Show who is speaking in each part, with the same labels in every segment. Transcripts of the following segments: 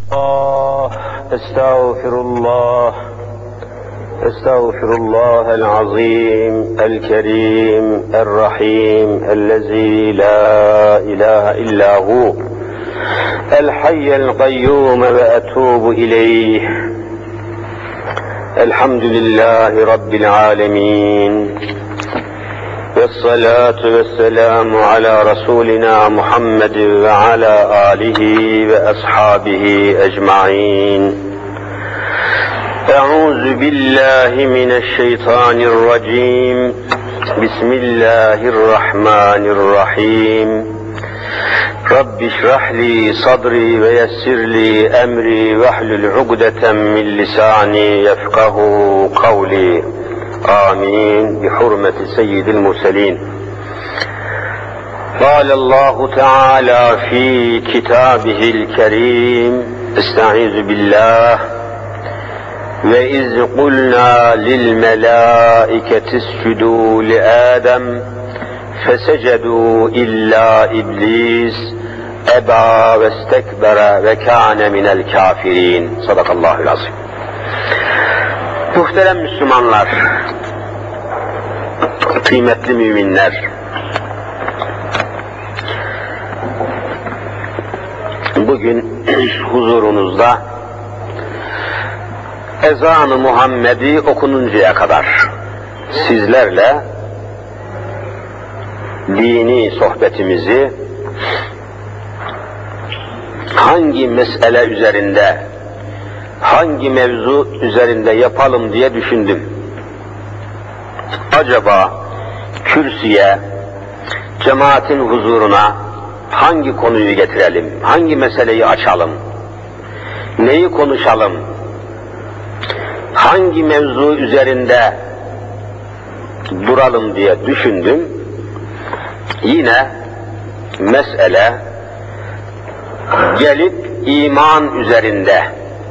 Speaker 1: أستغفر الله العظيم الكريم الرحيم الذي لا إله إلا هو الحي القيوم وأتوب إليه. الحمد لله رب العالمين، والصلاة والسلام على رسولنا محمد وعلى آله وأصحابه أجمعين. أعوذ بالله من الشيطان الرجيم. بسم الله الرحمن الرحيم. رب اشرح لي صدري ويسر لي أمري واحلل عقدة من لساني يفقه قولي. آمين بحرمة سيد المرسلين. قال الله تعالى في كتابه الكريم: استعيذ بالله: وإذ قلنا للملائكة اسجدوا لآدم فسجدوا إلا إبليس أبى واستكبر وكان من الكافرين. Sadakallahul azim. Muhterem Müslümanlar, kıymetli müminler, bugün huzurunuzda ezan-ı Muhammedi okununcaya kadar sizlerle dini sohbetimizi hangi mesele üzerinde, hangi mevzu üzerinde yapalım diye düşündüm. Acaba kürsüye, cemaatin huzuruna hangi konuyu getirelim, hangi meseleyi açalım, neyi konuşalım, hangi mevzu üzerinde duralım diye düşündüm. Yine mesele gelip iman üzerinde,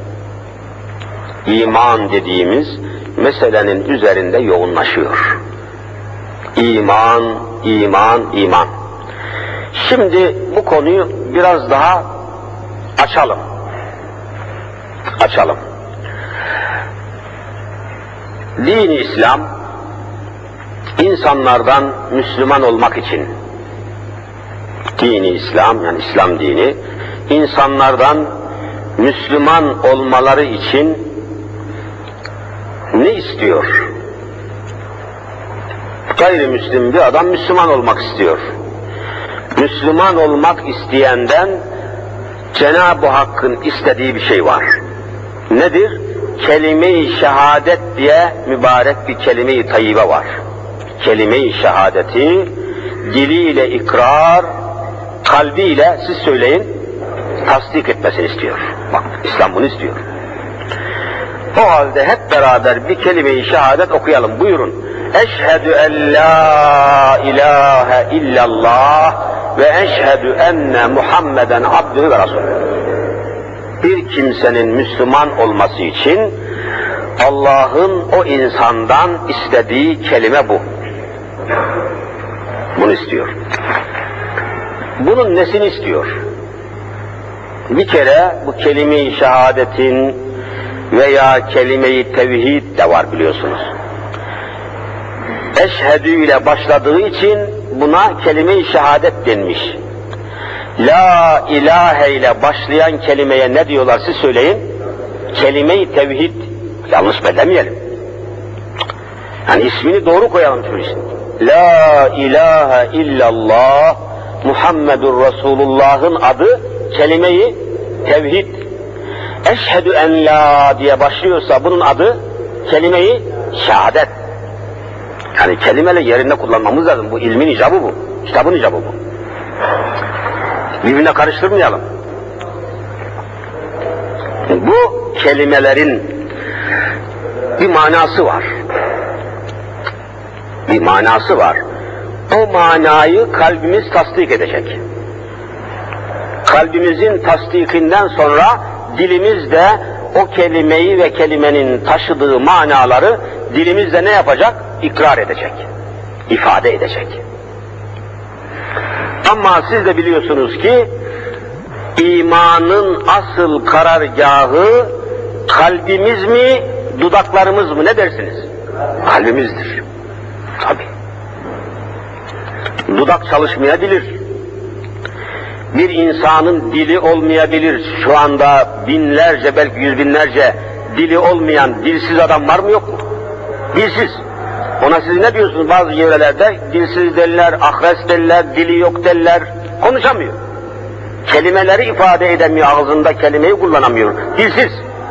Speaker 1: iman dediğimiz meselenin üzerinde yoğunlaşıyor. İman, iman, iman. Şimdi bu konuyu biraz daha açalım. Açalım. Din-i İslam, insanlardan Müslüman olmak için, din-i İslam, yani İslam dini, insanlardan Müslüman olmaları için ne istiyor? Gayrimüslim bir adam Müslüman olmak istiyor. Müslüman olmak isteyenden Cenab-ı Hakk'ın istediği bir şey var. Nedir? Kelime-i şehadet diye mübarek bir kelime-i tayyibe var. Kelime-i şehadeti diliyle ikrar, kalbiyle siz söyleyin, tasdik etmesini istiyor. Bak, İslam bunu istiyor. O halde hep beraber bir kelime-i şehadet okuyalım. Buyurun. Eşhedü en la ilahe illallah ve eşhedü enne Muhammeden abdühü ve rasulü. Bir kimsenin Müslüman olması için Allah'ın o insandan istediği kelime bu. Bunu istiyor. Bunun nesini istiyor? Bir kere bu kelime-i şehadetin veya kelime-i tevhid de var biliyorsunuz. Eşhedü ile başladığı için buna kelime-i şehadet denmiş. La ilahe ile başlayan kelimeye ne diyorlar siz söyleyin? Kelime-i tevhid. Yanlış bellemeyelim. Yani ismini doğru koyalım şu işin. La ilahe illallah Muhammedur Resulullah'ın adı kelime-i tevhid. Eşhedü en la diye başlıyorsa bunun adı kelime-i şehadet. Yani kelimeleri yerinde kullanmamız lazım. Bu ilmin icabı bu. Kitabın icabı bu. Birbirine karıştırmayalım. Bu kelimelerin bir manası var. Bir manası var. O manayı kalbimiz tasdik edecek. Kalbimizin tasdikinden sonra dilimiz de o kelimeyi ve kelimenin taşıdığı manaları dilimizde ne yapacak? İkrar edecek. İfade edecek. Ama siz de biliyorsunuz ki İmanın asıl karargahı kalbimiz mi, dudaklarımız mı, ne dersiniz? Kalbimizdir. Tabii. Dudak çalışmayabilir. Bir insanın dili olmayabilir. Şu anda binlerce, belki yüz binlerce dili olmayan, dilsiz adam var mı yok mu? Dilsiz. Ona siz ne diyorsunuz bazı yörelerde? Dilsiz derler, ahres derler, dili yok derler, konuşamıyor. Kelimeleri ifade edemiyor, ağzında kelimeyi kullanamıyor. Dilsiz.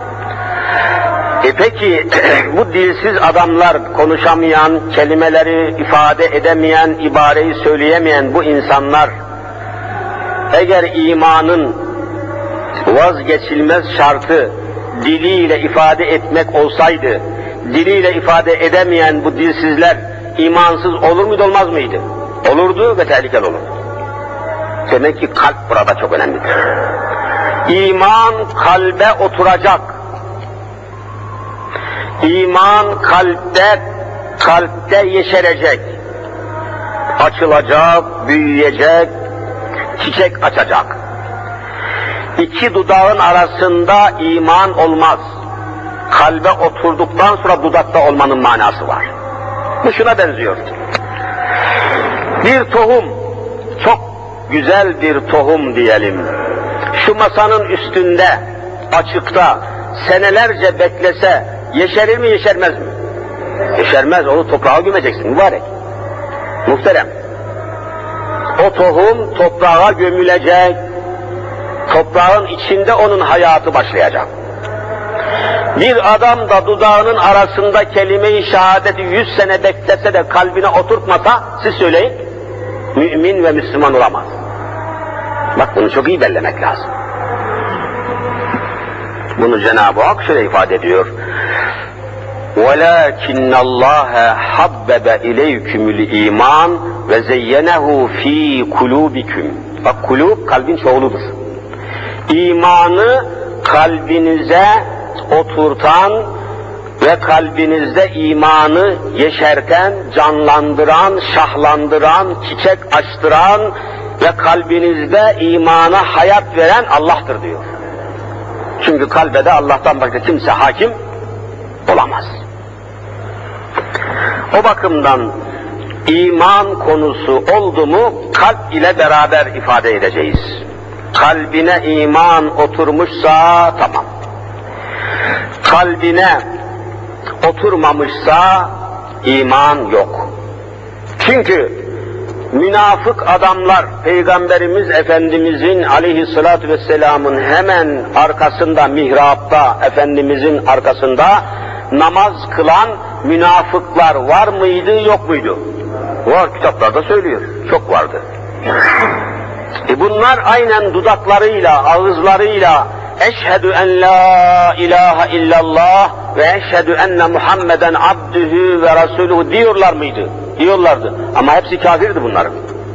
Speaker 1: Peki bu dilsiz adamlar, konuşamayan, kelimeleri ifade edemeyen, ibareyi söyleyemeyen bu insanlar, eğer imanın vazgeçilmez şartı diliyle ifade etmek olsaydı, diliyle ifade edemeyen bu dilsizler imansız olur muydu, olmaz mıydı? Olurdu ve tehlikeli olurdu. Demek ki kalp burada çok önemlidir. İman kalbe oturacak. İman kalpte yeşerecek. Açılacak, büyüyecek, çiçek açacak. İki dudağın arasında iman olmaz. Kalbe oturduktan sonra dudakta olmanın manası var. Bu şuna benziyor. Bir tohum, çok güzel bir tohum diyelim. Şu masanın üstünde, açıkta, senelerce beklese yeşerir mi, yeşermez mi? Yeşermez, onu toprağa gömeceksin mübarek. Muhterem. O tohum toprağa gömülecek, toprağın içinde onun hayatı başlayacak. Bir adam da dudağının arasında kelime-i şehadeti 100 sene beklese de kalbine oturtmasa, siz söyleyin, mümin ve Müslüman olamaz. Bak bunu çok iyi bellemek lazım. Bunu Cenab-ı Hak şöyle ifade ediyor. وَلَاكِنَّ اللّٰهَ حَبَّبَ اِلَيْكُمُ الْا۪يمَانِ وَزَيَّنَهُ ف۪ي قُلُوبِكُمْ. Bak kulub kalbin çoğuludur. İmanı kalbinize oturtan ve kalbinizde imanı yeşerten, canlandıran, şahlandıran, çiçek açtıran ve kalbinizde imana hayat veren Allah'tır diyor. Çünkü kalbe de Allah'tan başka kimse hakim olamaz. O bakımdan iman konusu oldu mu kalp ile beraber ifade edeceğiz. Kalbine iman oturmuşsa tamam. Kalbine oturmamışsa iman yok. Çünkü münafık adamlar Peygamberimiz Efendimizin aleyhissalatu vesselamın hemen arkasında, mihrapta, Efendimizin arkasında namaz kılan münafıklar var mıydı, yok muydu? Var, kitaplarda söylüyor, çok vardı. Bunlar aynen dudaklarıyla, ağızlarıyla eşhedü en la ilahe illallah ve eşhedü enne Muhammeden abdühü ve rasuluhu diyorlar mıydı? Diyorlardı. Ama hepsi kafirdi bunların.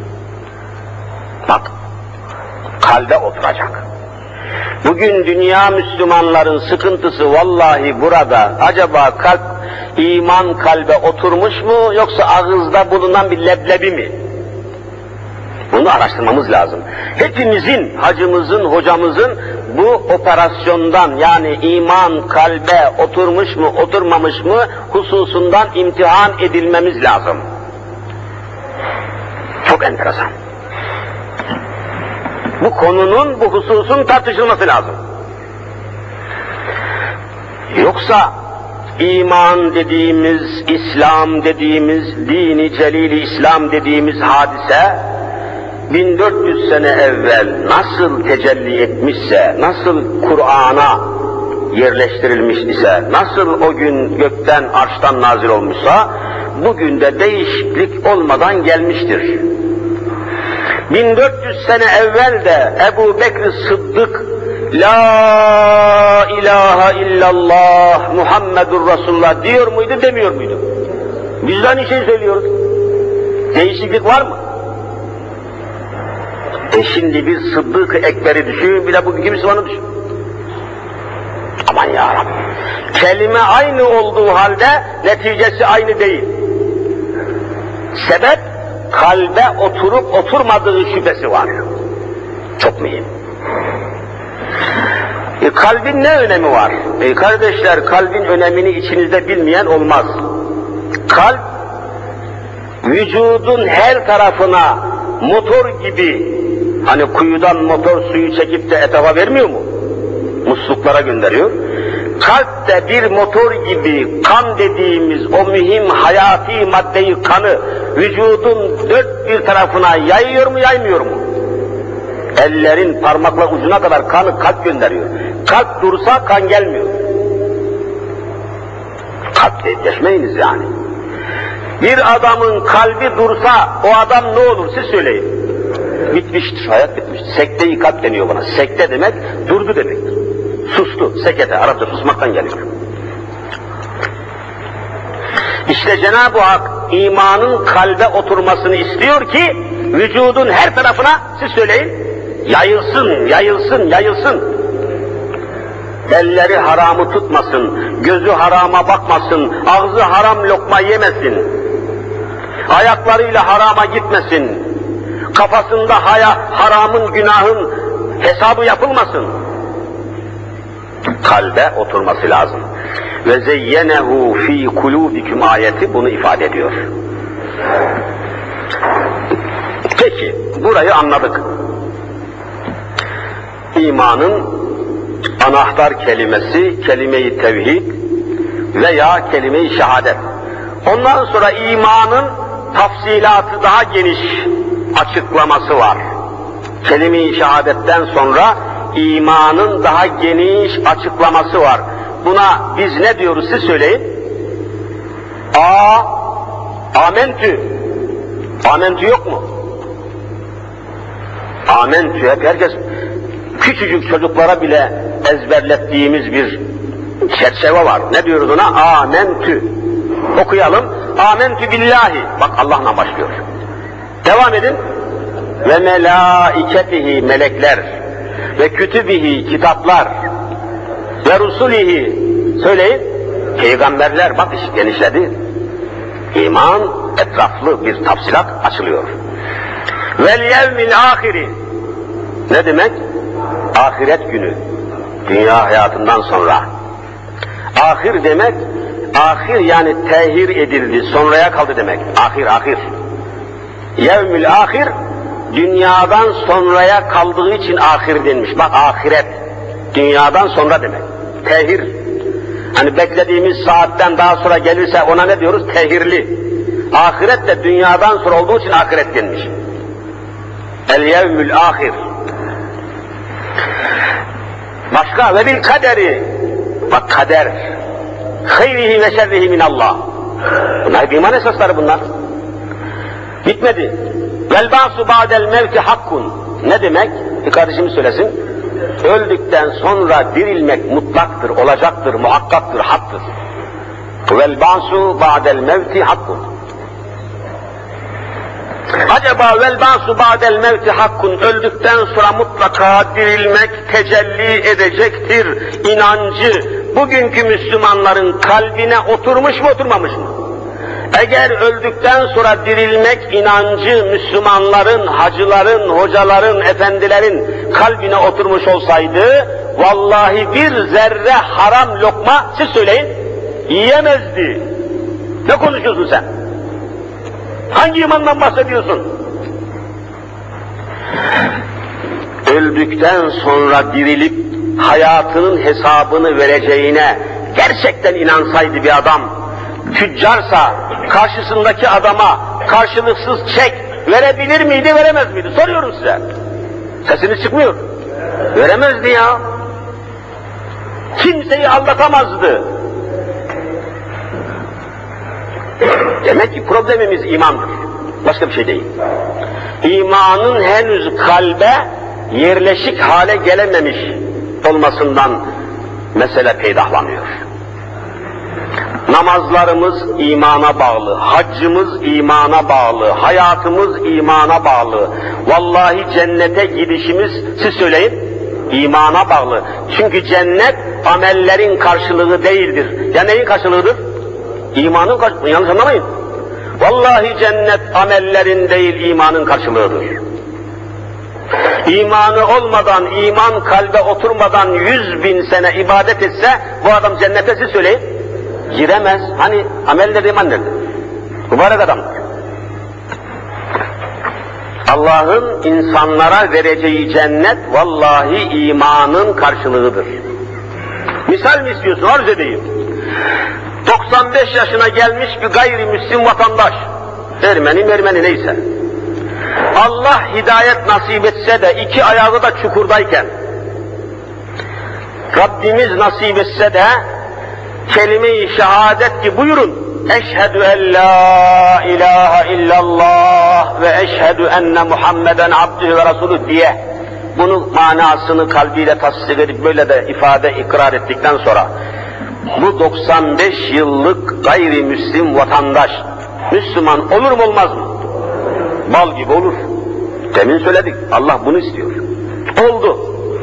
Speaker 1: Bak, kalbe oturacak. Bugün dünya Müslümanların sıkıntısı vallahi burada. Acaba kalp, iman kalbe oturmuş mu yoksa ağızda bulunan bir leblebi mi? Bunu araştırmamız lazım. Hepimizin, hacımızın, hocamızın bu operasyondan, yani iman kalbe oturmuş mu, oturmamış mı hususundan imtihan edilmemiz lazım. Çok enteresan. Bu konunun, bu hususun tartışılması lazım. Yoksa iman dediğimiz, İslam dediğimiz, dini celil-i İslam dediğimiz hadise 1400 sene evvel nasıl tecelli etmişse, nasıl Kur'an'a yerleştirilmiş ise, nasıl o gün gökten, arştan nazil olmuşsa, bugün de değişiklik olmadan gelmiştir. 1400 sene evvel de Ebu Bekr Sıddık, La ilahe illallah Muhammedur Resulullah diyor muydu, demiyor muydu? Biz de aynı şeyi söylüyoruz. Değişiklik var mı? Şimdi bir Sıddık-ı Ekber'i düşün, bir de bugünkü Müslümanı düşün. Aman yarabbim. Kelime aynı olduğu halde neticesi aynı değil. Sebep, kalbe oturup oturmadığı şüphesi var. Çok mühim. Kalbin ne önemi var? Kardeşler, kalbin önemini içinizde bilmeyen olmaz. Kalp, vücudun her tarafına motor gibi, hani kuyudan motor suyu çekip de etrafa vermiyor mu? Musluklara gönderiyor. Kalp de bir motor gibi kan dediğimiz o mühim hayati maddeyi, kanı vücudun dört bir tarafına yayıyor mu, yaymıyor mu? Ellerin parmakla ucuna kadar kanı kalp gönderiyor. Kalp dursa kan gelmiyor. Kalp geçmeyiniz yani. Bir adamın kalbi dursa o adam ne olur siz söyleyin. Bitmiştir, hayat bitmiştir. Sekte-i kalp deniyor buna. Sekte demek durdu demektir. Sustu, sekete, Arapça susmaktan geliyor. İşte Cenab-ı Hak imanın kalbe oturmasını istiyor ki vücudun her tarafına siz söyleyin yayılsın, yayılsın, yayılsın. Elleri haramı tutmasın, gözü harama bakmasın, ağzı haram lokma yemesin, ayaklarıyla harama gitmesin, kafasında haramın, günahın hesabı yapılmasın. Kalbe oturması lazım. Ve zeyyenehu fi kulubikum ayeti bunu ifade ediyor. Peki, burayı anladık. İmanın anahtar kelimesi, kelime-i tevhid veya kelime-i şehadet. Ondan sonra imanın tafsilatı daha geniş açıklaması var. Kelime-i şehadetten sonra imanın daha geniş açıklaması var. Buna biz ne diyoruz siz söyleyin? Amentü. Amentü yok mu? Amentü hep herkes küçücük çocuklara bile ezberlettiğimiz bir çerçeve var. Ne diyoruz ona? Amentü. Okuyalım. Amentü billahi. Bak Allah'la başlıyor. Devam edin. Ve melaiketihi melekler ve kütübihi kitaplar ve rusulihi söyleyin peygamberler. Bak iş genişledi. İman etraflı bir tafsilat açılıyor. Vel yevmil ahiri. Ne demek? Ahiret günü. Dünya hayatından sonra. Ahir demek, ahir yani tehir edildi, sonraya kaldı demek. Ahir, ahir. Yevmül ahir, dünyadan sonraya kaldığı için ahir denmiş. Bak ahiret, dünyadan sonra demek. Tehir. Hani beklediğimiz saatten daha sonra gelirse ona ne diyoruz? Tehirli. Ahiret de dünyadan sonra olduğu için ahiret denmiş. El yevmül ahir. Başka ve bil kaderi. Bak kader. Hayrihi ve şerrihi minallah. Bunlar iman esasları bunlar. Bitmedi. Vel ba'su ba'del mevti hakkun. Ne demek? Bir kardeşimiz söylesin. Öldükten sonra dirilmek mutlaktır, olacaktır, muhakkaktır, haktır. Vel ba'su ba'del mevti hakkun. Acaba vel ba'su ba'del mevti hakkun, öldükten sonra mutlaka dirilmek tecelli edecektir inancı bugünkü Müslümanların kalbine oturmuş mu oturmamış mı? Eğer öldükten sonra dirilmek inancı Müslümanların, hacıların, hocaların, efendilerin kalbine oturmuş olsaydı vallahi bir zerre haram lokma siz söyleyin yiyemezdi. Ne konuşuyorsun sen? Hangi imandan bahsediyorsun? Öldükten sonra dirilip hayatının hesabını vereceğine gerçekten inansaydı bir adam, tüccarsa karşısındaki adama karşılıksız çek verebilir miydi, veremez miydi? Soruyorum size. Sesiniz çıkmıyor. Veremezdi ya. Kimseyi aldatamazdı. Demek ki problemimiz imandır. Başka bir şey değil. İmanın henüz kalbe yerleşik hale gelememiş olmasından mesele peydahlanıyor. Namazlarımız imana bağlı, haccımız imana bağlı, hayatımız imana bağlı. Vallahi cennete gidişimiz, siz söyleyin, imana bağlı. Çünkü cennet amellerin karşılığı değildir. Ya neyin karşılığıdır? İmanın karşılığı, yanlış anlamayın. Vallahi cennet amellerin değil, imanın karşılığıdır. İmanı olmadan, iman kalbe oturmadan 100.000 sene ibadet etse, bu adam cennete siz söyleyin, giremez. Hani amel nerede, iman nerede? Mübarek adamdır. Allah'ın insanlara vereceği cennet, vallahi imanın karşılığıdır. Misal mi istiyorsun? Arz edeyim. 95 yaşına gelmiş bir gayrimüslim vatandaş, Ermeni neyse, Allah hidayet nasip etse de iki ayağı da çukurdayken, Rabbimiz nasip etse de kelime-i şehadet ki buyurun, eşhedü en la ilahe illallah ve eşhedü enne Muhammeden abdühü ve resulü diye bunun manasını kalbiyle tasdik edip böyle de ifade, ikrar ettikten sonra bu 95 yıllık gayrimüslim vatandaş Müslüman olur mu olmaz mı? Bal gibi olur. Demin söyledik, Allah bunu istiyor. Oldu.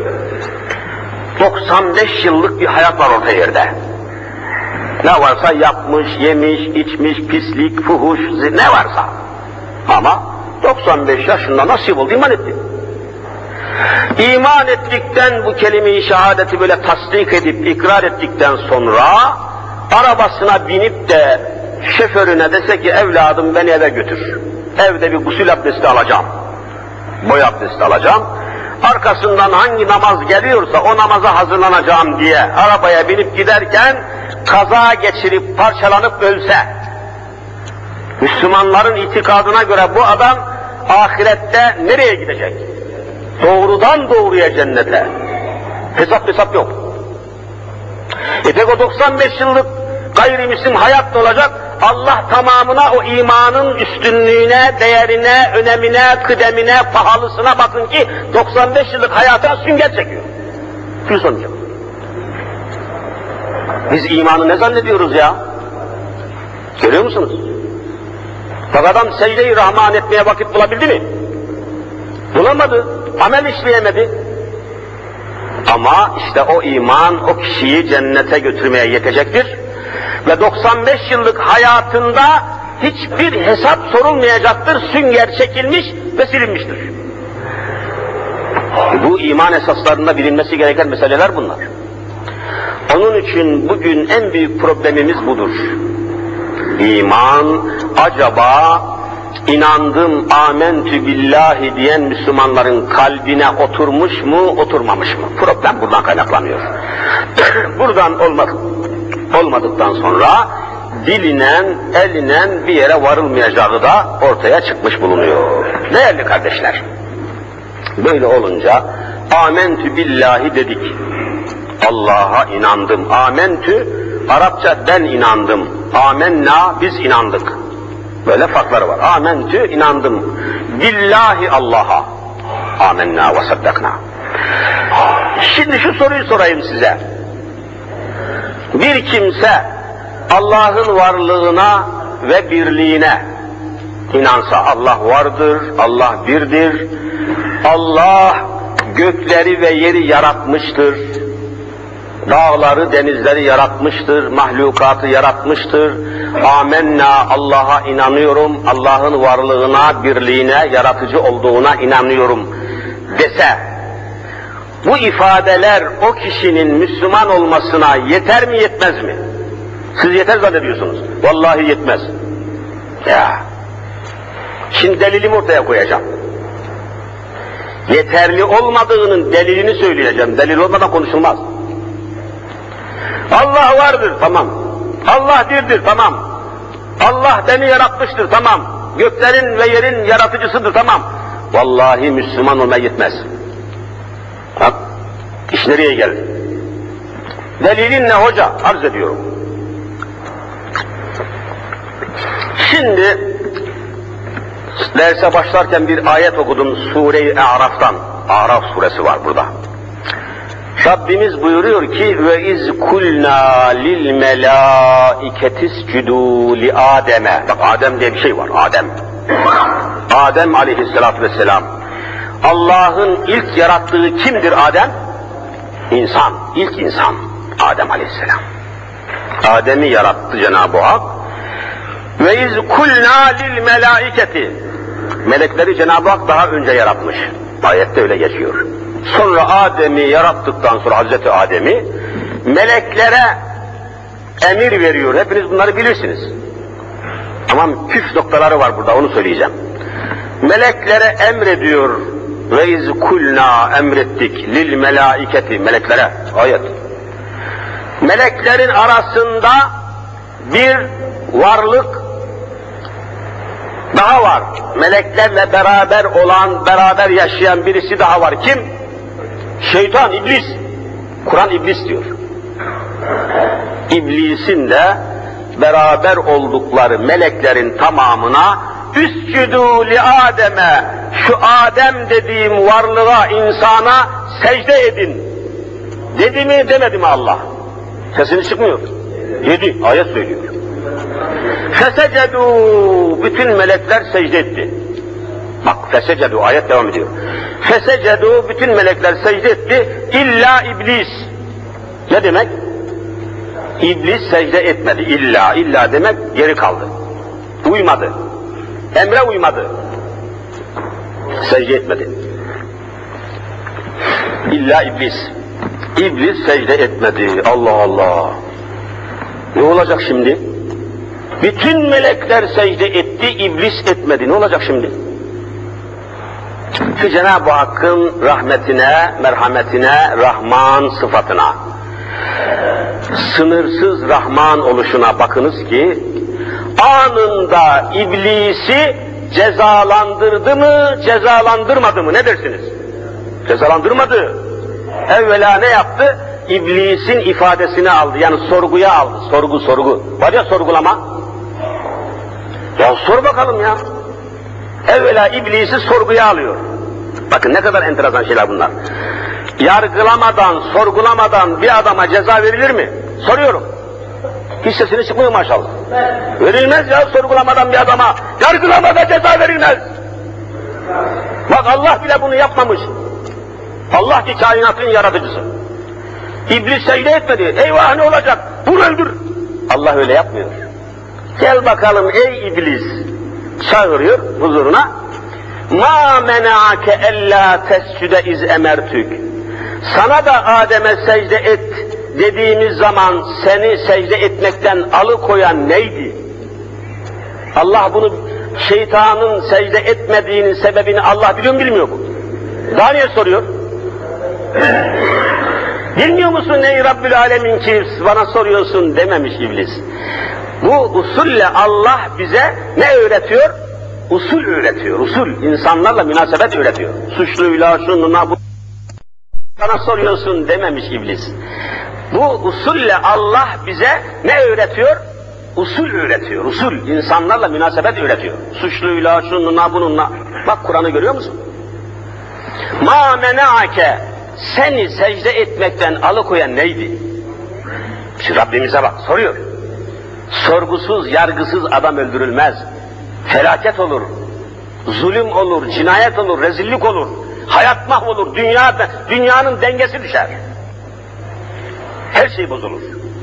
Speaker 1: 95 yıllık bir hayat var orta yerde. Ne varsa yapmış, yemiş, içmiş, pislik, fuhuş, ne varsa. Ama 95 yaşında nasip oldu, iman etti. İman ettikten, bu kelime-i şehadeti böyle tasdik edip, ikrar ettikten sonra, arabasına binip de şoförüne dese ki, evladım beni eve götür. Evde bir gusül abdesti alacağım. Boy abdesti alacağım. Arkasından hangi namaz geliyorsa o namaza hazırlanacağım diye arabaya binip giderken, kaza geçirip parçalanıp ölse, Müslümanların itikadına göre bu adam ahirette nereye gidecek? Doğrudan doğruya cennete. Hesap yok. Peki o 95 yıllık gayrimüslim hayat da olacak, Allah tamamına o imanın üstünlüğüne, değerine, önemine, kıdemine, pahalısına bakın ki 95 yıllık hayata sünger çekiyor. Bir sonucu. Biz imanı ne zannediyoruz ya? Görüyor musunuz? Bak adam secde-i rahman etmeye vakit bulabildi mi? Bulamadı, amel işleyemedi. Ama işte o iman o kişiyi cennete götürmeye yetecektir. Ve 95 yıllık hayatında hiçbir hesap sorulmayacaktır, sünger çekilmiş ve silinmiştir. Bu iman esaslarında bilinmesi gereken meseleler bunlar. Onun için bugün en büyük problemimiz budur. İman, acaba inandım, amentü billahi diyen Müslümanların kalbine oturmuş mu, oturmamış mı? Problem buradan kaynaklanıyor. Buradan olmadıktan sonra dilinen, elinen bir yere varılmayacağı da ortaya çıkmış bulunuyor. Değerli kardeşler, böyle olunca amentü billahi dedik. Allah'a inandım. Amentü, Arapça ben inandım. Amenna, biz inandık. Böyle farkları var. Amentü, inandım. Billahi Allah'a. Amenna ve saddakna. Şimdi şu soruyu sorayım size. Bir kimse Allah'ın varlığına ve birliğine inansa, Allah vardır, Allah birdir, Allah gökleri ve yeri yaratmıştır, dağları, denizleri yaratmıştır, mahlukatı yaratmıştır, amenna, Allah'a inanıyorum, Allah'ın varlığına, birliğine, yaratıcı olduğuna inanıyorum dese, bu ifadeler o kişinin Müslüman olmasına yeter mi, yetmez mi? Siz yeter zannediyorsunuz. Vallahi yetmez. Ya. Şimdi delilimi ortaya koyacağım. Yeterli olmadığının delilini söyleyeceğim. Delil olmadan konuşulmaz. Allah vardır, tamam. Allah birdir, tamam. Allah beni yaratmıştır, tamam. Göklerin ve yerin yaratıcısıdır, tamam. Vallahi Müslüman olmaya yetmez. Bak, iş nereye geldi? Delilin ne hoca? Arz ediyorum. Şimdi derse başlarken bir ayet okudum Sure-i A'raf'tan. A'raf suresi var burada. Rabbimiz buyuruyor ki ve iz kulna lil melaiketis cudu li Adem'e. Bak Adem diye bir şey var. Adem aleyhissalatü vesselam. Allah'ın ilk yarattığı kimdir Adem? İnsan. İlk insan. Adem aleyhisselam. Adem'i yarattı Cenab-ı Hak. Ve iz kulna lil melaiketi. Melekleri Cenab-ı Hak daha önce yaratmış. Ayette öyle geçiyor. Sonra Adem'i yarattıktan sonra Hazreti Adem'i meleklere emir veriyor. Hepiniz bunları bilirsiniz. Ama püf noktaları var burada, onu söyleyeceğim. Meleklere emrediyor. Ve iz kulna emrettik lil melaiketi, meleklere, ayet. Meleklerin arasında bir varlık daha var. Meleklerle beraber olan, beraber yaşayan birisi daha var. Kim? Şeytan, iblis. Kur'an iblis diyor. İblisin de beraber oldukları meleklerin tamamına üscüdû li Adem'e, şu Adem dediğim varlığa, insana secde edin. Dedi mi demedi mi Allah? Sesini çıkmıyor. Dedi, ayet söylüyor. Fesecedû, bütün melekler secde etti. Bak, fesecedû, ayet devam ediyor. Fesecedû, bütün melekler secde etti, illa iblis. Ne demek? İblis secde etmedi, illa demek geri kaldı. Uymadı. Emre uymadı. Secde etmedi. İlla iblis. İblis secde etmedi. Allah Allah. Ne olacak şimdi? Bütün melekler secde etti, iblis etmedi. Ne olacak şimdi? Şu Cenab-ı Hakk'ın rahmetine, merhametine, Rahman sıfatına, sınırsız Rahman oluşuna bakınız ki, anında iblisi cezalandırdı mı, cezalandırmadı mı? Ne dersiniz? Cezalandırmadı. Evvela ne yaptı? İblisin ifadesini aldı, yani sorguya aldı. Sorgu. Var ya sorgulama. Ya sor bakalım ya. Evvela iblisi sorguya alıyor. Bakın ne kadar enteresan şeyler bunlar. Yargılamadan, sorgulamadan bir adama ceza verilir mi? Soruyorum. Hiç sesini çıkmıyor maşallah. Verilmez ya, sorgulamadan bir adama, yargılamadan ceza verilmez. Bak Allah bile bunu yapmamış. Allah ki kainatın yaratıcısı. İblis secde etmedi. Eyvah ne olacak? Vur öldür. Allah öyle yapmıyor. Gel bakalım ey iblis. Çağırıyor huzuruna. Ma mena'ake ella tescude iz emertük. Sana da Adem'e secde et dediğimiz zaman seni secde etmekten alıkoyan neydi? Allah bunu, şeytanın secde etmediğinin sebebini Allah biliyor mu bilmiyor mu? Daha niye soruyor? Bilmiyor musun ey Rabbül Alemin ki bana soruyorsun dememiş iblis. Bu usulle Allah bize ne öğretiyor? Usul öğretiyor, usul. İnsanlarla münasebet öğretiyor. Suçluyla, şununa, bu bana soruyorsun dememiş iblis. Bu usulle Allah bize ne öğretiyor? Usul öğretiyor, usul. İnsanlarla münasebet öğretiyor. Suçluyla, şununla, bununla. Bak Kur'an'ı görüyor musun? Ma mena'ake, seni secde etmekten alıkoyan neydi? Şimdi Rabbimize bak, soruyor. Sorgusuz, yargısız adam öldürülmez. Felaket olur, zulüm olur, cinayet olur, rezillik olur, hayat mahvolur, dünyanın dengesi düşer. Her şey bozulur.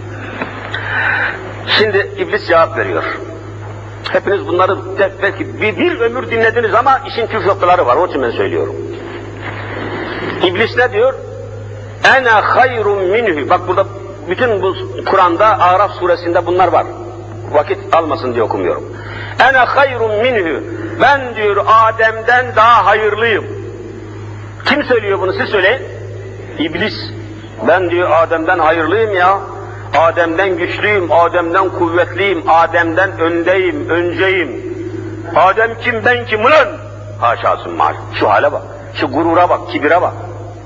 Speaker 1: Şimdi iblis cevap veriyor. Hepiniz bunları belki bir ömür dinlediniz ama işin püf noktaları var, onun için ben söylüyorum. İblis ne diyor? Ene hayrun minhu. Bak burada bütün bu Kur'an'da, Araf suresinde bunlar var. Vakit almasın diye okumuyorum. Ene hayrun minhu. Ben diyor Adem'den daha hayırlıyım. Kim söylüyor bunu? Siz söyleyin. İblis. Ben diyor Adem'den hayırlıyım ya. Adem'den güçlüyüm, Adem'den kuvvetliyim, Adem'den önceyim. Adem kim, ben kim ulan? Haşasın maş. Şu hale bak, şu gurura bak, kibire bak.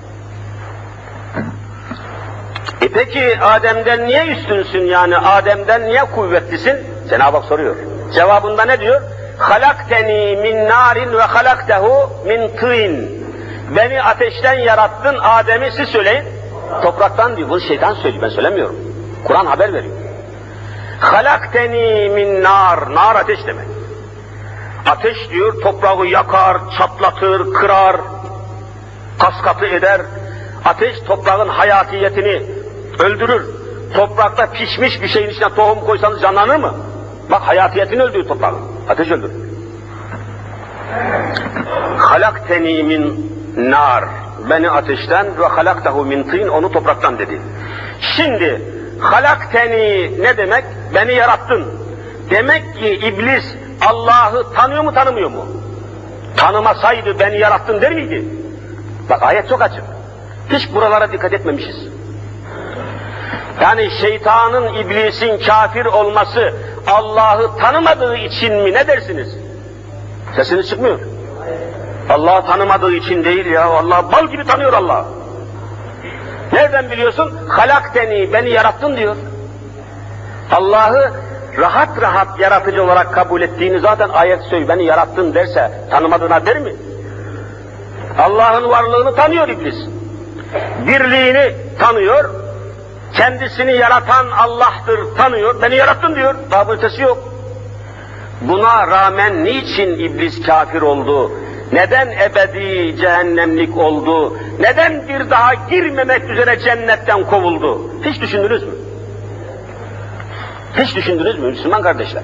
Speaker 1: Peki Adem'den niye üstünsün yani? Adem'den niye kuvvetlisin? Cenab-ı Hak soruyor. Cevabında ne diyor? Halakteni min narin ve halaktehu min tîn. Beni ateşten yarattın, Adem'i siz söyleyin. Topraktan diyor, bunu şeytan söylüyor, ben söylemiyorum. Kur'an haber veriyor. Halakteni min nar, nar ateş demek. Ateş diyor, toprağı yakar, çatlatır, kırar, kaskatı eder. Ateş toprağın hayatiyetini öldürür. Toprakta pişmiş bir şeyin içine tohum koysanız canlanır mı? Bak hayatiyetini öldürür toprağın. Ateş öldürür. Halakteni min nar. Beni ateşten ve halaktahu min tin, onu topraktan dedi. Şimdi halakteni ne demek? Beni yarattın. Demek ki iblis Allah'ı tanıyor mu, tanımıyor mu? Tanımasaydı beni yarattın der miydi? Bak ayet çok açık. Hiç buralara dikkat etmemişiz. Yani şeytanın, iblisin kafir olması Allah'ı tanımadığı için mi, ne dersiniz? Sesiniz çıkmıyor. Allah'ı tanımadığı için değil ya, Allah bal gibi tanıyor Allah. Nereden biliyorsun? Halakteni, beni yarattın diyor. Allah'ı rahat rahat yaratıcı olarak kabul ettiğini zaten ayet söylüyor. Beni yarattın derse tanımadığına der mi? Allah'ın varlığını tanıyor iblis. Birliğini tanıyor. Kendisini yaratan Allah'tır tanıyor. Beni yarattın diyor. Daha ötesi yok. Buna rağmen niçin iblis kafir oldu? Neden ebedi cehennemlik oldu? Neden bir daha girmemek üzere cennetten kovuldu? Hiç düşündünüz mü? Hiç düşündünüz mü Müslüman kardeşler?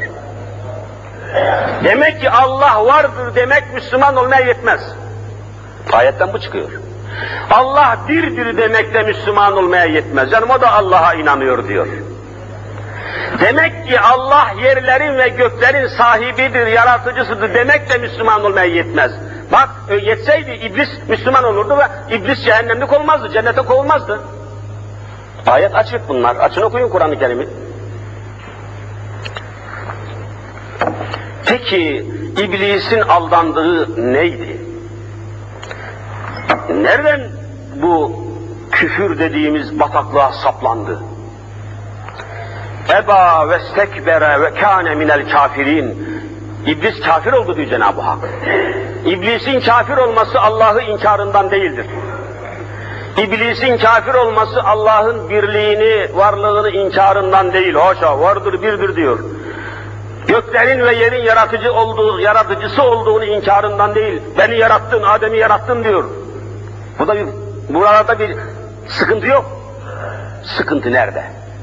Speaker 1: Demek ki Allah vardır demek Müslüman olmaya yetmez. Ayetten bu çıkıyor. Allah birdir demek de Müslüman olmaya yetmez. Canım o da Allah'a inanıyor diyor. Demek ki Allah yerlerin ve göklerin sahibidir, yaratıcısıdır demek de Müslüman olmaya yetmez. Bak yetseydi iblis Müslüman olurdu ve iblis cehennemlik olmazdı, cennete kovulmazdı. Ayet açık bunlar. Açın okuyun Kur'an-ı Kerim'i. Peki iblisin aldandığı neydi? Nereden bu küfür dediğimiz bataklığa saplandı? Eba ve stekbere ve kâne minel kafirin. İblis kafir oldu diyor Cenab-ı Hak. İblisin kafir olması Allah'ı inkarından değildir. İblisin kafir olması Allah'ın birliğini, varlığını inkarından değil. Haşa, vardır, birdir diyor. Göklerin ve yerin yaratıcısı olduğunu inkarından değil. Beni yarattın, Adem'i yarattın diyor. Buralarda bir sıkıntı yok. Sıkıntı nerede?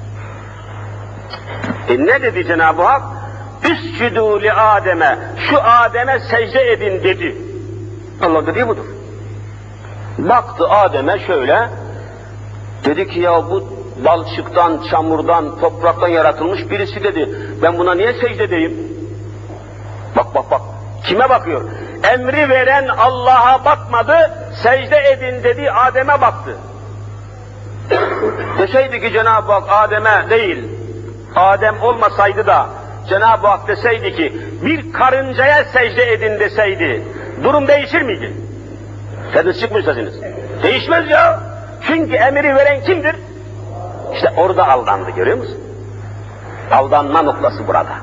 Speaker 1: Ne dedi Cenab-ı Hak? Üscüdû li Adem'e, şu Adem'e secde edin dedi. Allah dediği budur. Baktı Adem'e şöyle, dedi ki ya bu balçıktan, çamurdan, topraktan yaratılmış birisi dedi. Ben buna niye secde edeyim? Bak, kime bakıyor? Emri veren Allah'a bakmadı, secde edin dedi, Adem'e baktı. Deseydi ki Cenab-ı Hak Adem'e değil, Adem olmasaydı da Cenab-ı Hak deseydi ki bir karıncaya secde edin deseydi, durum değişir miydi? Sesiniz çıkmıyor sesiniz. Değişmez ya. Çünkü emri veren kimdir? İşte orada aldandı, görüyor musun? Aldanma noktası burada.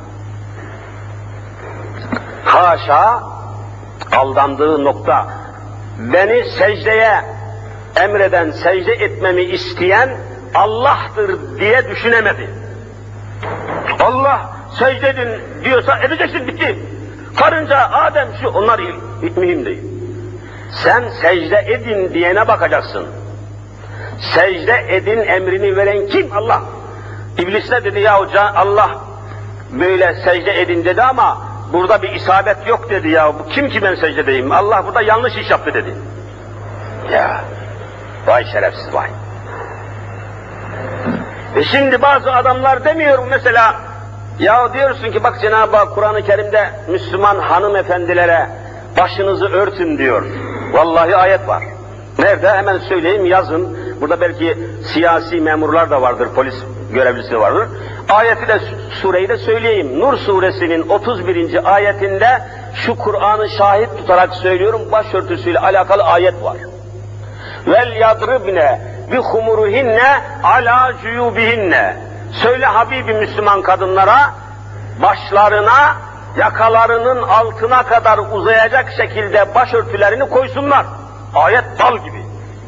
Speaker 1: Haşa, aldandığı nokta, beni secdeye emreden, secde etmemi isteyen Allah'tır diye düşünemedi. Allah secde edin diyorsa edeceksin, bitti. Karınca, Adem, şu, onlar mühim değil. Sen secde edin diyene bakacaksın. Secde edin emrini veren kim? Allah. İblis ne dedi ya Allah böyle secde edin dedi ama burada bir isabet yok dedi ya. Bu kim ki ben secde edeyim? Allah burada yanlış iş yaptı dedi. Ya vay şerefsiz vay. Şimdi bazı adamlar demiyor mesela, ya diyorsun ki bak Cenab-ı Hak Kur'an-ı Kerim'de Müslüman hanımefendilere başınızı örtün diyor. Vallahi ayet var. Nerede? Hemen söyleyeyim, yazın. Burada belki siyasi memurlar da vardır, polis görevlisi de vardır. Ayeti de, sureyi de söyleyeyim. Nur suresinin 31. ayetinde şu Kur'an'ı şahit tutarak söylüyorum, başörtüsüyle alakalı ayet var. Vel yadribne bi humuruhinne ala cuyubihinne. Söyle Habibi Müslüman kadınlara, başlarına, yakalarının altına kadar uzayacak şekilde başörtülerini koysunlar. Ayet bal gibi.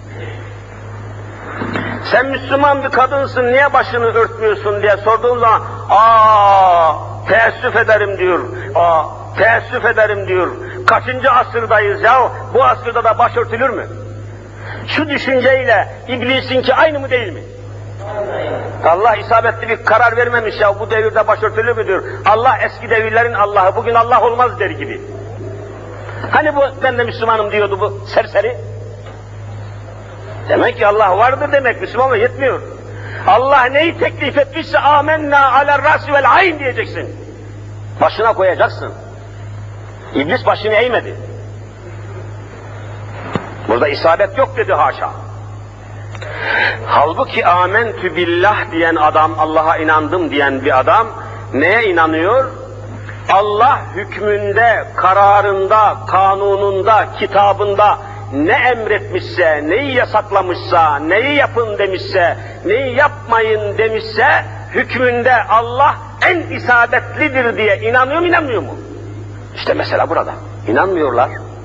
Speaker 1: Sen Müslüman bir kadınsın, niye başını örtmüyorsun diye sorduğum zaman, teessüf ederim diyor. Teessüf ederim diyor. Kaçıncı asırdayız ya? Bu asırda da başörtülür mü? Şu düşünceyle iblisinki aynı mı değil mi? Allah isabetli bir karar vermemiş ya, bu devirde başörtülü müdür? Allah eski devirlerin Allah'ı, bugün Allah olmaz der gibi. Hani bu ben de Müslümanım diyordu bu serseri? Demek ki Allah vardır demek, Müslümanla yetmiyor. Allah neyi teklif etmişse amenna aler rasi vel ayn diyeceksin. Başına koyacaksın. İblis başını eğmedi. Burada isabet yok dedi haşa. Halbuki amentü billah diyen adam, Allah'a inandım diyen bir adam neye inanıyor? Allah hükmünde, kararında, kanununda, kitabında ne emretmişse, neyi yasaklamışsa, neyi yapın demişse, neyi yapmayın demişse, hükmünde Allah en isabetlidir diye inanıyor mu, inanmıyor mu? İşte mesela burada. İnanmıyorlar.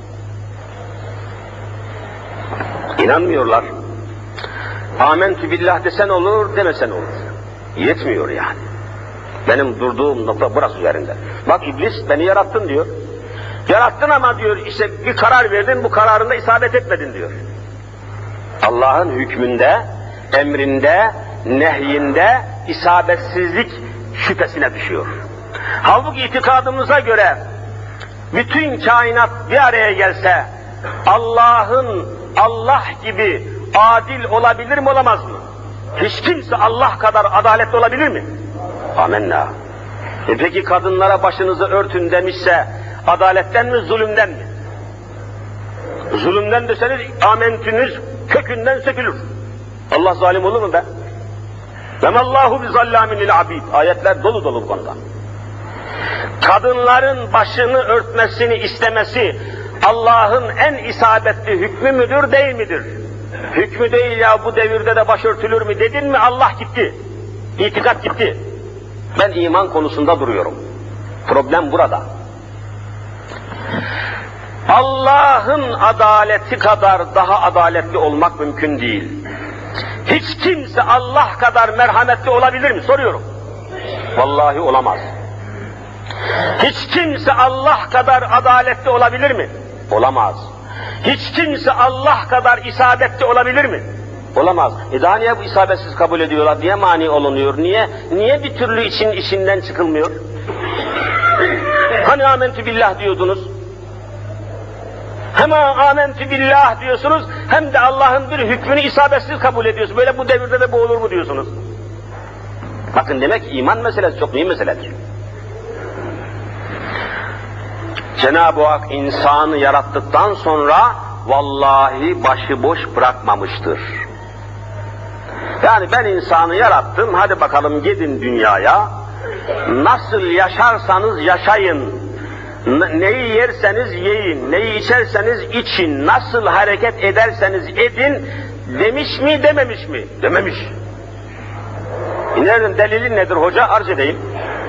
Speaker 1: İnanmıyorlar. Amentü billah desen olur, demesen olur. Yetmiyor yani. Benim durduğum nokta burası üzerinde. Bak iblis beni yarattın diyor. Yarattın ama diyor işte bir karar verdin, bu kararında isabet etmedin diyor. Allah'ın hükmünde, emrinde, nehyinde isabetsizlik şüphesine düşüyor. Halbuki itikadımıza göre bütün kainat bir araya gelse Allah'ın Allah gibi adil olabilir mi, olamaz mı? Hiç kimse Allah kadar adaletli olabilir mi? Amenna. Peki kadınlara başınızı örtün demişse adaletten mi, zulümden mi? Zulümden deseniz amentünüz kökünden sökülür. Allah zalim olur mu be? Vemallahu bizallamin lil abid. Ayetler dolu dolu bu konuda. Kadınların başını örtmesini istemesi Allah'ın en isabetli hükmü müdür, değil midir? Hükmü değil ya, bu devirde de başörtülür mü dedin mi Allah gitti. İtikat gitti. Ben iman konusunda duruyorum. Problem burada. Allah'ın adaleti kadar daha adaletli olmak mümkün değil. Hiç kimse Allah kadar merhametli olabilir mi? Soruyorum. Vallahi olamaz. Hiç kimse Allah kadar adaletli olabilir mi? Olamaz. Hiç kimse Allah kadar isabetli olabilir mi? Olamaz. Daha niye bu isabetsiz kabul ediyorlar? Niye mani olunuyor? Niye bir türlü işinden çıkılmıyor? Hani amentü billah diyordunuz? Hem amentü billah diyorsunuz, hem de Allah'ın bir hükmünü isabetsiz kabul ediyorsunuz. Böyle bu devirde de bu olur mu diyorsunuz? Bakın demek ki iman meselesi çok mühim meseledir. Cenab-ı Hak insanı yarattıktan sonra vallahi başıboş bırakmamıştır. Yani ben insanı yarattım, hadi bakalım gidin dünyaya, nasıl yaşarsanız yaşayın, neyi yerseniz yiyin, neyi içerseniz için, nasıl hareket ederseniz edin demiş mi, dememiş mi? Dememiş. Nereden delili nedir hoca? Arz edeyim.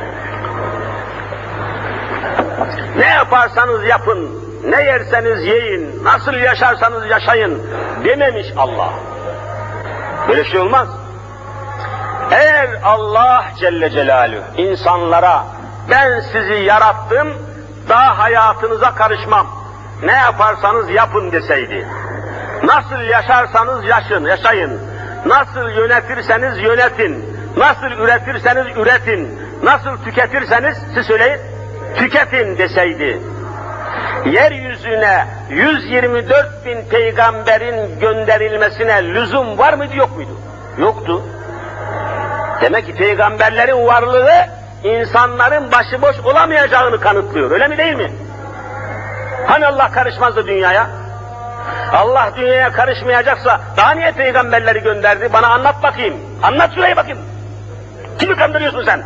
Speaker 1: Ne yaparsanız yapın, ne yerseniz yiyin, nasıl yaşarsanız yaşayın dememiş Allah. Böyle şey olmaz. Eğer Allah Celle Celaluhu insanlara ben sizi yarattım, daha hayatınıza karışmam, ne yaparsanız yapın deseydi, nasıl yaşarsanız yaşayın, nasıl yönetirseniz yönetin, nasıl üretirseniz üretin, nasıl tüketirseniz siz söyleyin, tüketin deseydi, yeryüzüne 124 bin peygamberin gönderilmesine lüzum var mıydı, yok muydu? Yoktu. Demek ki peygamberlerin varlığı insanların başıboş olamayacağını kanıtlıyor, öyle mi değil mi? Hani Allah karışmazdı dünyaya? Allah dünyaya karışmayacaksa daha niye peygamberleri gönderdi? Bana anlat bakayım. Anlat şuraya bakayım. Kimi kandırıyorsun sen?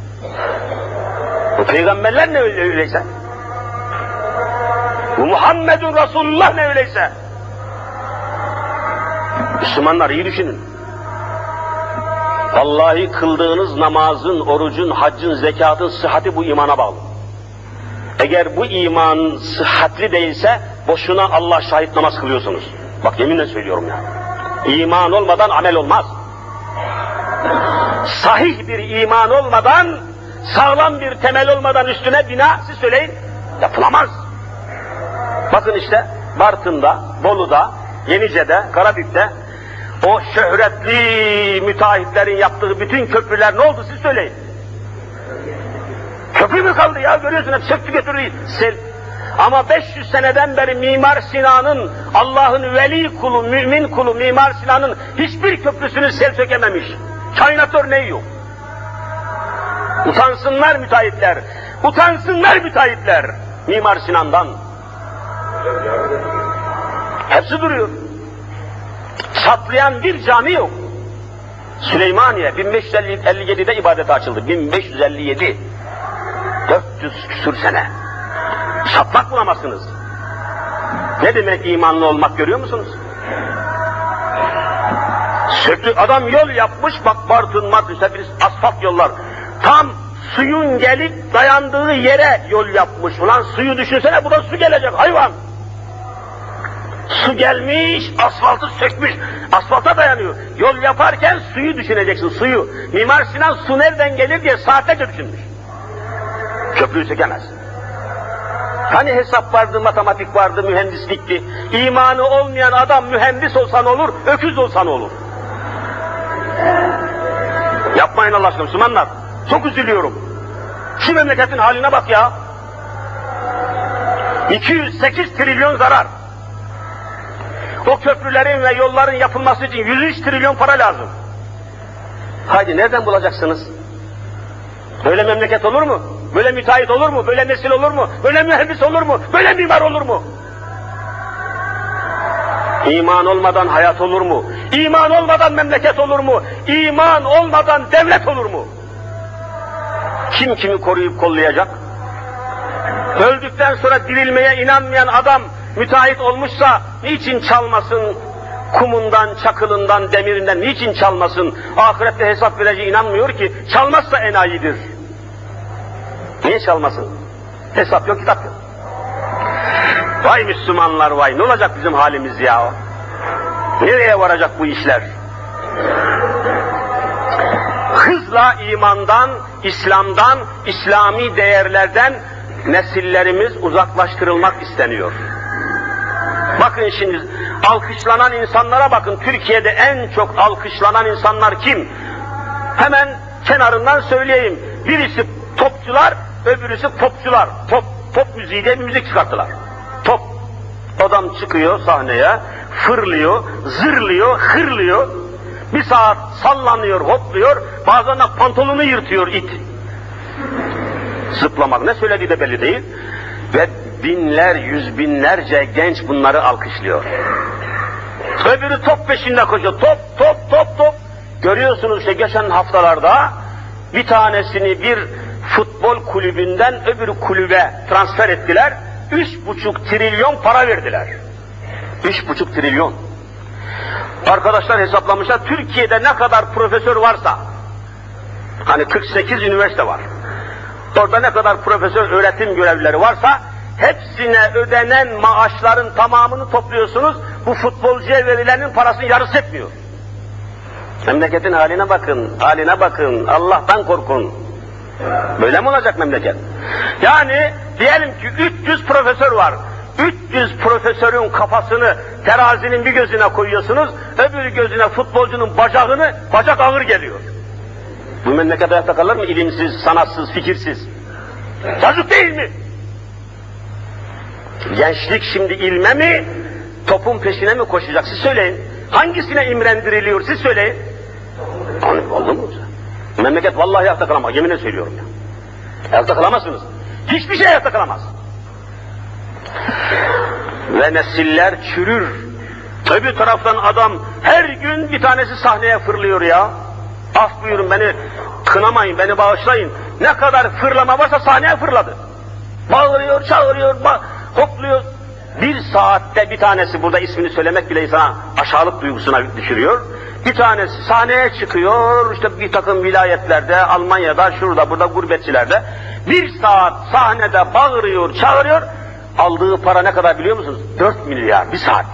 Speaker 1: Bu peygamberler ne öyleyse? Bu Muhammedun Resulullah ne öyleyse? Müslümanlar iyi düşünün. Vallahi kıldığınız namazın, orucun, haccın, zekatın sıhhati bu imana bağlı. Eğer bu iman sıhhatli değilse boşuna Allah şahit namaz kılıyorsunuz. Bak yeminle söylüyorum ya. İman olmadan amel olmaz. Sahih bir iman olmadan, sağlam bir temel olmadan üstüne bina, siz söyleyin, yapılamaz. Bakın işte Bartın'da, Bolu'da, Yenice'de, Karabük'te o şöhretli müteahhitlerin yaptığı bütün köprüler ne oldu siz söyleyin. Köprü mü kaldı ya, görüyorsun hep söktü götürdü. Ama 500 seneden beri Mimar Sinan'ın, Allah'ın veli kulu, mümin kulu Mimar Sinan'ın hiçbir köprüsünü sel sökememiş. Kainat örneği yok. Utansınlar müteahhitler, utansınlar müteahhitler Mimar Sinan'dan. Hepsi duruyor. Çatlayan bir cami yok. Süleymaniye 1557'de ibadete açıldı. 1557. 400 küsur sene. Çatlak bulamazsınız. Ne demek imanlı olmak görüyor musunuz? Söktü, adam yol yapmış, bak Bartın, Martın, işte bir asfalt yollar. Tam suyun gelip dayandığı yere yol yapmış. Ulan suyu düşünsene, buradan su gelecek hayvan. Su gelmiş, asfaltı sökmüş, asfalta dayanıyor. Yol yaparken suyu düşüneceksin, suyu. Mimar Sinan su nereden gelir diye saatlerce düşünmüş. Köprüyü sökemez. Hani hesap vardı, matematik vardı, mühendislikti. İmanı olmayan adam mühendis olsa ne olur, öküz olsa ne olur? Yapmayın Allah aşkına Müslümanlar. Çok üzülüyorum. Şu memleketin haline bak ya. 208 trilyon zarar. O köprülerin ve yolların yapılması için 103 trilyon para lazım. Haydi nereden bulacaksınız? Böyle memleket olur mu? Böyle müteahhit olur mu? Böyle nesil olur mu? Böyle mühendis olur mu? Böyle mimar olur mu? İman olmadan hayat olur mu? İman olmadan memleket olur mu? İman olmadan devlet olur mu? Kim kimi koruyup kollayacak? Öldükten sonra dirilmeye inanmayan adam müteahhit olmuşsa niçin çalmasın? Kumundan, çakılından, demirinden niçin çalmasın? Ahirette hesap vereceğine inanmıyor ki, çalmazsa enayidir. Niye çalmasın? Hesap yok, kitap yok. Vay Müslümanlar vay, ne olacak bizim halimiz ya? Nereye varacak bu işler? Hızla imandan, İslam'dan, İslami değerlerden nesillerimiz uzaklaştırılmak isteniyor. Bakın şimdi, alkışlanan insanlara bakın, Türkiye'de en çok alkışlanan insanlar kim? Hemen kenarından söyleyeyim. Birisi topçular, öbürüsü popçular. Pop müziği diye bir müzik çıkarttılar. Top. Adam çıkıyor sahneye, fırlıyor, zırlıyor, hırlıyor. Bir saat sallanıyor, hopluyor, bazen de pantolonu yırtıyor it. Zıplamak ne söylediği de belli değil. Ve binler, yüz binlerce genç bunları alkışlıyor. Öbürü top peşinde koşuyor, top. Görüyorsunuz işte geçen haftalarda bir tanesini bir futbol kulübünden öbür kulübe transfer ettiler. 3,5 trilyon para verdiler. 3,5 trilyon. Arkadaşlar hesaplamışlar, Türkiye'de ne kadar profesör varsa, hani 48 üniversite var. Orada ne kadar profesör, öğretim görevlileri varsa, hepsine ödenen maaşların tamamını topluyorsunuz, bu futbolcuya verilenin parasının yarısı etmiyor. Memleketin haline bakın, haline bakın, Allah'tan korkun. Böyle mi olacak memleket? Yani diyelim ki 300 profesör var. 300 profesörün kafasını terazinin bir gözüne koyuyorsunuz, öbür gözüne futbolcunun bacağını, bacak ağır geliyor. Bu memleket hayatta kalır mı ilimsiz, sanatsız, fikirsiz? Yazık değil mi? Gençlik şimdi ilme mi, topun peşine mi koşacak? Siz söyleyin. Hangisine imrendiriliyor? Siz söyleyin. Oldu mu? Memleket vallahi hayatta kalamaz. Yeminle söylüyorum ya. Hayatta kalamazsınız. Hiçbir şey hayatta kalamaz. Ve nesiller çürür. Öbür taraftan adam her gün bir tanesi sahneye fırlıyor ya. Af buyurun beni kınamayın, beni bağışlayın. Ne kadar fırlama varsa sahneye fırladı. Bağırıyor, çağırıyor, hopluyor. Bir saatte bir tanesi, burada ismini söylemek bile insana aşağılık duygusuna düşürüyor. Bir tanesi sahneye çıkıyor, işte bir takım vilayetlerde, Almanya'da, şurada, burada, gurbetçilerde. Bir saat sahnede bağırıyor, çağırıyor. Aldığı para ne kadar biliyor musunuz? 4 milyar bir saatte.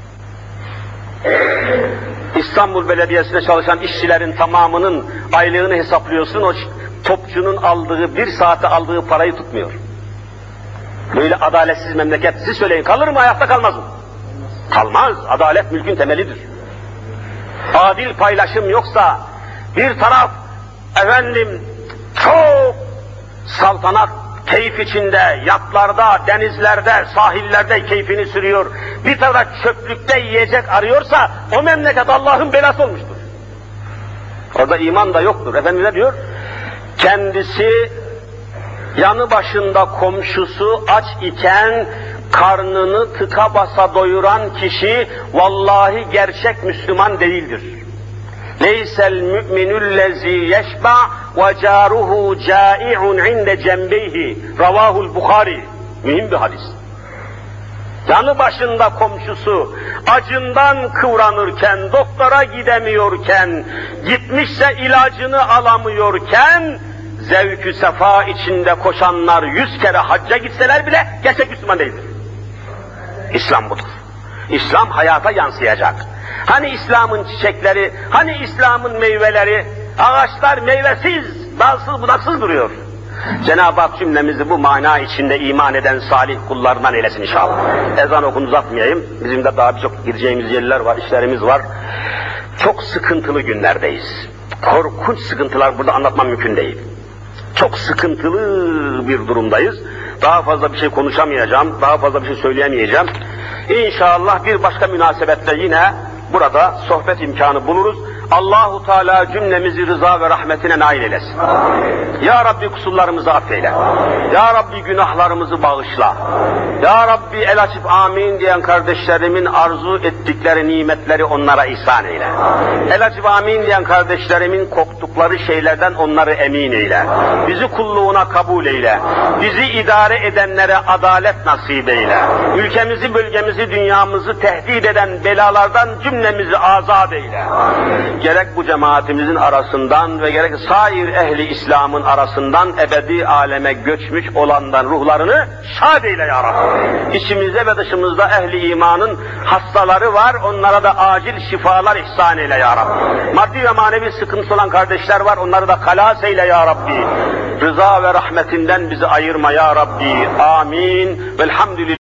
Speaker 1: İstanbul Belediyesi'nde çalışan işçilerin tamamının aylığını hesaplıyorsun, o topçunun aldığı, bir saate aldığı parayı tutmuyor. Böyle adaletsiz memleket, siz söyleyin, kalır mı, hayatta kalmaz mı? Kalmaz, adalet mülkün temelidir. Adil paylaşım yoksa, bir taraf efendim çok saltanat keyif içinde, yatlarda, denizlerde, sahillerde keyfini sürüyor, bir tarafta çöplükte yiyecek arıyorsa, o memleket Allah'ın belası olmuştur. Orada iman da yoktur. Efendimiz ne diyor? Kendisi yanı başında komşusu aç iken karnını tıka basa doyuran kişi vallahi gerçek Müslüman değildir. Leysel mü'minüllezî yeşba ve câruhu câi'un inde cembeyhi. Ravahul Bukhari. Mühim bir hadis. Yanı başında komşusu acından kıvranırken, doktora gidemiyorken, gitmişse ilacını alamıyorken, zevk-ü sefa içinde koşanlar 100 kere hacca gitseler bile gerçek Müslüman değildir. İslam budur. İslam hayata yansıyacak. Hani İslam'ın çiçekleri, hani İslam'ın meyveleri, ağaçlar meyvesiz, dalsız budaksız duruyor. Cenab-ı Hak cümlemizi bu mana içinde iman eden salih kullarından eylesin inşallah. Ezan okunu uzatmayayım. Bizim de daha birçok gideceğimiz yerler var, işlerimiz var. Çok sıkıntılı günlerdeyiz. Korkunç sıkıntılar burada anlatmam mümkün değil. Çok sıkıntılı bir durumdayız. Daha fazla bir şey konuşamayacağım, daha fazla bir şey söyleyemeyeceğim. İnşallah bir başka münasebetle yine burada sohbet imkanı buluruz. Allahu Teala cümlemizi rıza ve rahmetine nail eylesin. Ya Rabbi kusurlarımızı affeyle. Ya Rabbi günahlarımızı bağışla. Ya Rabbi el açıp amin diyen kardeşlerimin arzu ettikleri nimetleri onlara ihsan eyle. El açıp amin diyen kardeşlerimin korktukları şeylerden onları emin eyle. Bizi kulluğuna kabul eyle. Bizi idare edenlere adalet nasip eyle. Ülkemizi, bölgemizi, dünyamızı tehdit eden belalardan cümlemizi azat eyle. Gerek bu cemaatimizin arasından ve gerek sair ehli İslam'ın arasından ebedi aleme göçmüş olandan ruhlarını şad eyle ya Rabbi. İçimizde ve dışımızda ehli imanın hastaları var, onlara da acil şifalar ihsan eyle ya Rabbi. Maddi ve manevi sıkıntısı olan kardeşler var, onları da halas eyle ya Rabbi. Rıza ve rahmetinden bizi ayırma ya Rabbi. Amin. Velhamdülillah.